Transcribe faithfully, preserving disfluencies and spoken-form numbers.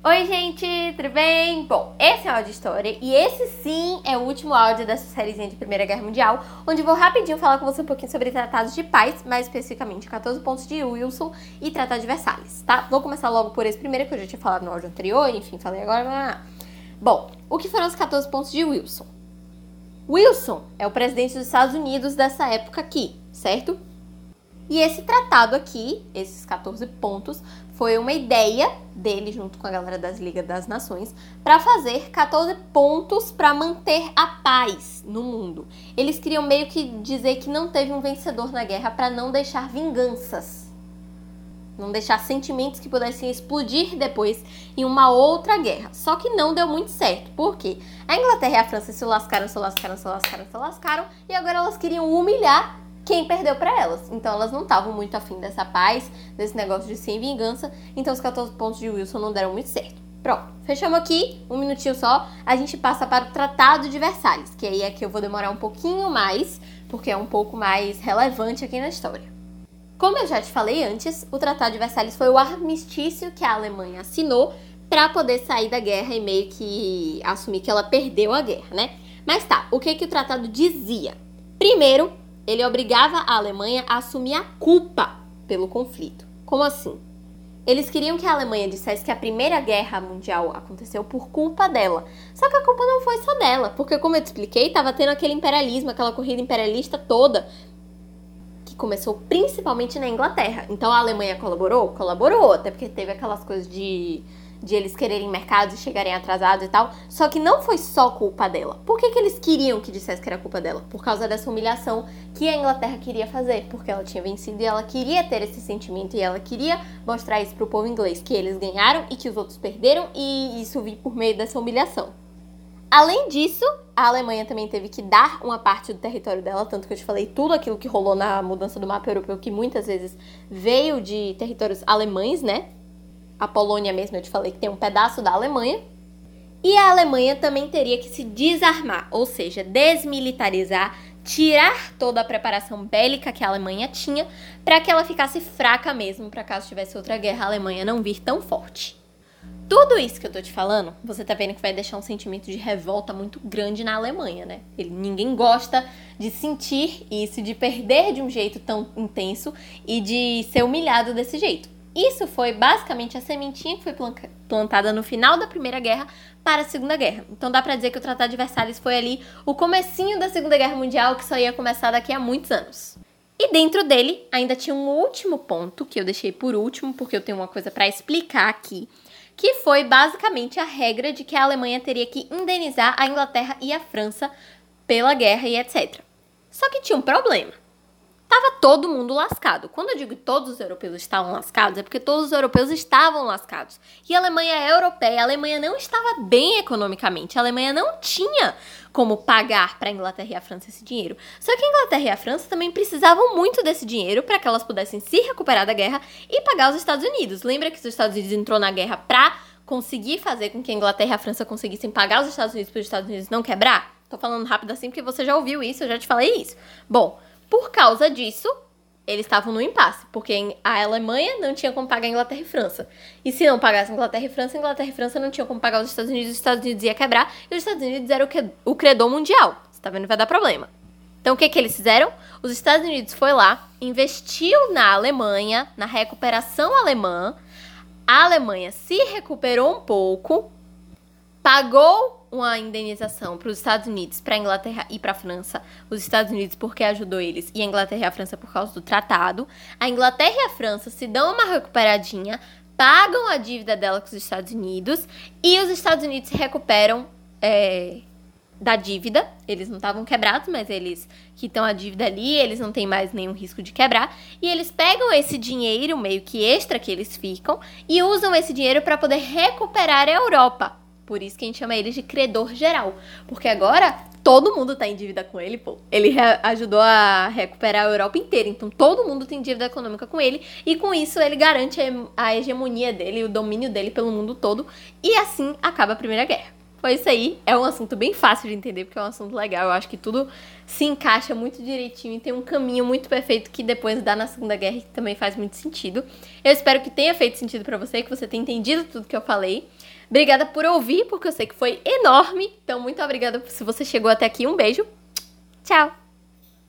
Oi gente, tudo bem? Bom, esse é o áudio história e esse sim é o último áudio dessa sériezinha de Primeira Guerra Mundial, onde vou rapidinho falar com você um pouquinho sobre tratados de paz, mais especificamente quatorze pontos de Wilson e Tratado de Versalhes, tá? Vou começar logo por esse primeiro que eu já tinha falado no áudio anterior, enfim, falei agora, mas... Bom, o que foram os quatorze pontos de Wilson? Wilson é o presidente dos Estados Unidos dessa época aqui, certo? E esse tratado aqui, esses quatorze pontos, foi uma ideia dele, junto com a galera das Ligas das Nações, para fazer quatorze pontos para manter a paz no mundo. Eles queriam meio que dizer que não teve um vencedor na guerra para não deixar vinganças. Não deixar sentimentos que pudessem explodir depois em uma outra guerra. Só que não deu muito certo. Por quê? A Inglaterra e a França se lascaram, se lascaram, se lascaram, se lascaram. E agora elas queriam humilhar quem perdeu pra elas. Então elas não estavam muito afim dessa paz, desse negócio de sem vingança. Então os quatorze pontos de Wilson não deram muito certo. Pronto, fechamos aqui, um minutinho só. A gente passa para o Tratado de Versalhes, que aí é que eu vou demorar um pouquinho mais, porque é um pouco mais relevante aqui na história. Como eu já te falei antes, o Tratado de Versalhes foi o armistício que a Alemanha assinou para poder sair da guerra e meio que assumir que ela perdeu a guerra, né? Mas tá, o que que o tratado dizia? Primeiro, ele obrigava a Alemanha a assumir a culpa pelo conflito. Como assim? Eles queriam que a Alemanha dissesse que a Primeira Guerra Mundial aconteceu por culpa dela. Só que a culpa não foi só dela, porque como eu te expliquei, estava tendo aquele imperialismo, aquela corrida imperialista toda, que começou principalmente na Inglaterra. Então a Alemanha colaborou? Colaborou, até porque teve aquelas coisas de... de eles quererem mercados e chegarem atrasados e tal, só que não foi só culpa dela. Por que que eles queriam que dissesse que era culpa dela? Por causa dessa humilhação que a Inglaterra queria fazer, porque ela tinha vencido e ela queria ter esse sentimento e ela queria mostrar isso pro povo inglês, que eles ganharam e que os outros perderam, e isso vir por meio dessa humilhação. Além disso, a Alemanha também teve que dar uma parte do território dela, tanto que eu te falei tudo aquilo que rolou na mudança do mapa europeu, que muitas vezes veio de territórios alemães, né? A Polônia mesmo, eu te falei que tem um pedaço da Alemanha. E a Alemanha também teria que se desarmar, ou seja, desmilitarizar, tirar toda a preparação bélica que a Alemanha tinha, para que ela ficasse fraca mesmo, para caso tivesse outra guerra, a Alemanha não vir tão forte. Tudo isso que eu tô te falando, você tá vendo que vai deixar um sentimento de revolta muito grande na Alemanha, né? Ele, ninguém gosta de sentir isso, de perder de um jeito tão intenso e de ser humilhado desse jeito. Isso foi basicamente a sementinha que foi plantada no final da Primeira Guerra para a Segunda Guerra. Então dá pra dizer que o Tratado de Versalhes foi ali o comecinho da Segunda Guerra Mundial, que só ia começar daqui a muitos anos. E dentro dele ainda tinha um último ponto, que eu deixei por último, porque eu tenho uma coisa pra explicar aqui, que foi basicamente a regra de que a Alemanha teria que indenizar a Inglaterra e a França pela guerra e etcétera. Só que tinha um problema. Tava todo mundo lascado. Quando eu digo que todos os europeus estavam lascados, é porque todos os europeus estavam lascados. E a Alemanha é europeia, a Alemanha não estava bem economicamente, a Alemanha não tinha como pagar para a Inglaterra e a França esse dinheiro. Só que a Inglaterra e a França também precisavam muito desse dinheiro para que elas pudessem se recuperar da guerra e pagar os Estados Unidos. Lembra que os Estados Unidos entrou na guerra para conseguir fazer com que a Inglaterra e a França conseguissem pagar os Estados Unidos para os Estados Unidos não quebrar? Tô falando rápido assim porque você já ouviu isso, eu já te falei isso. Bom, por causa disso, eles estavam no impasse, porque a Alemanha não tinha como pagar a Inglaterra e França. E se não pagasse a Inglaterra e França, a Inglaterra e França não tinham como pagar os Estados Unidos, os Estados Unidos ia quebrar, e os Estados Unidos eram o credor mundial. Você tá vendo que vai dar problema. Então o que que eles fizeram? Os Estados Unidos foi lá, investiu na Alemanha, na recuperação alemã, a Alemanha se recuperou um pouco, pagou uma indenização para os Estados Unidos, para a Inglaterra e para a França. Os Estados Unidos porque ajudou eles e a Inglaterra e a França por causa do tratado. A Inglaterra e a França se dão uma recuperadinha, pagam a dívida dela com os Estados Unidos e os Estados Unidos se recuperam é, da dívida. Eles não estavam quebrados, mas eles quitam a dívida ali, eles não têm mais nenhum risco de quebrar. E eles pegam esse dinheiro meio que extra que eles ficam e usam esse dinheiro para poder recuperar a Europa. Por isso que a gente chama eles de credor geral. Porque agora todo mundo tá em dívida com ele, pô. Ele ajudou a recuperar a Europa inteira. Então todo mundo tem dívida econômica com ele. E com isso ele garante a hegemonia dele, o domínio dele pelo mundo todo. E assim acaba a Primeira Guerra. Foi isso aí. É um assunto bem fácil de entender, porque é um assunto legal. Eu acho que tudo se encaixa muito direitinho e tem um caminho muito perfeito que depois dá na Segunda Guerra e que também faz muito sentido. Eu espero que tenha feito sentido pra você, que você tenha entendido tudo que eu falei. Obrigada por ouvir, porque eu sei que foi enorme. Então, muito obrigada se você chegou até aqui. Um beijo. Tchau!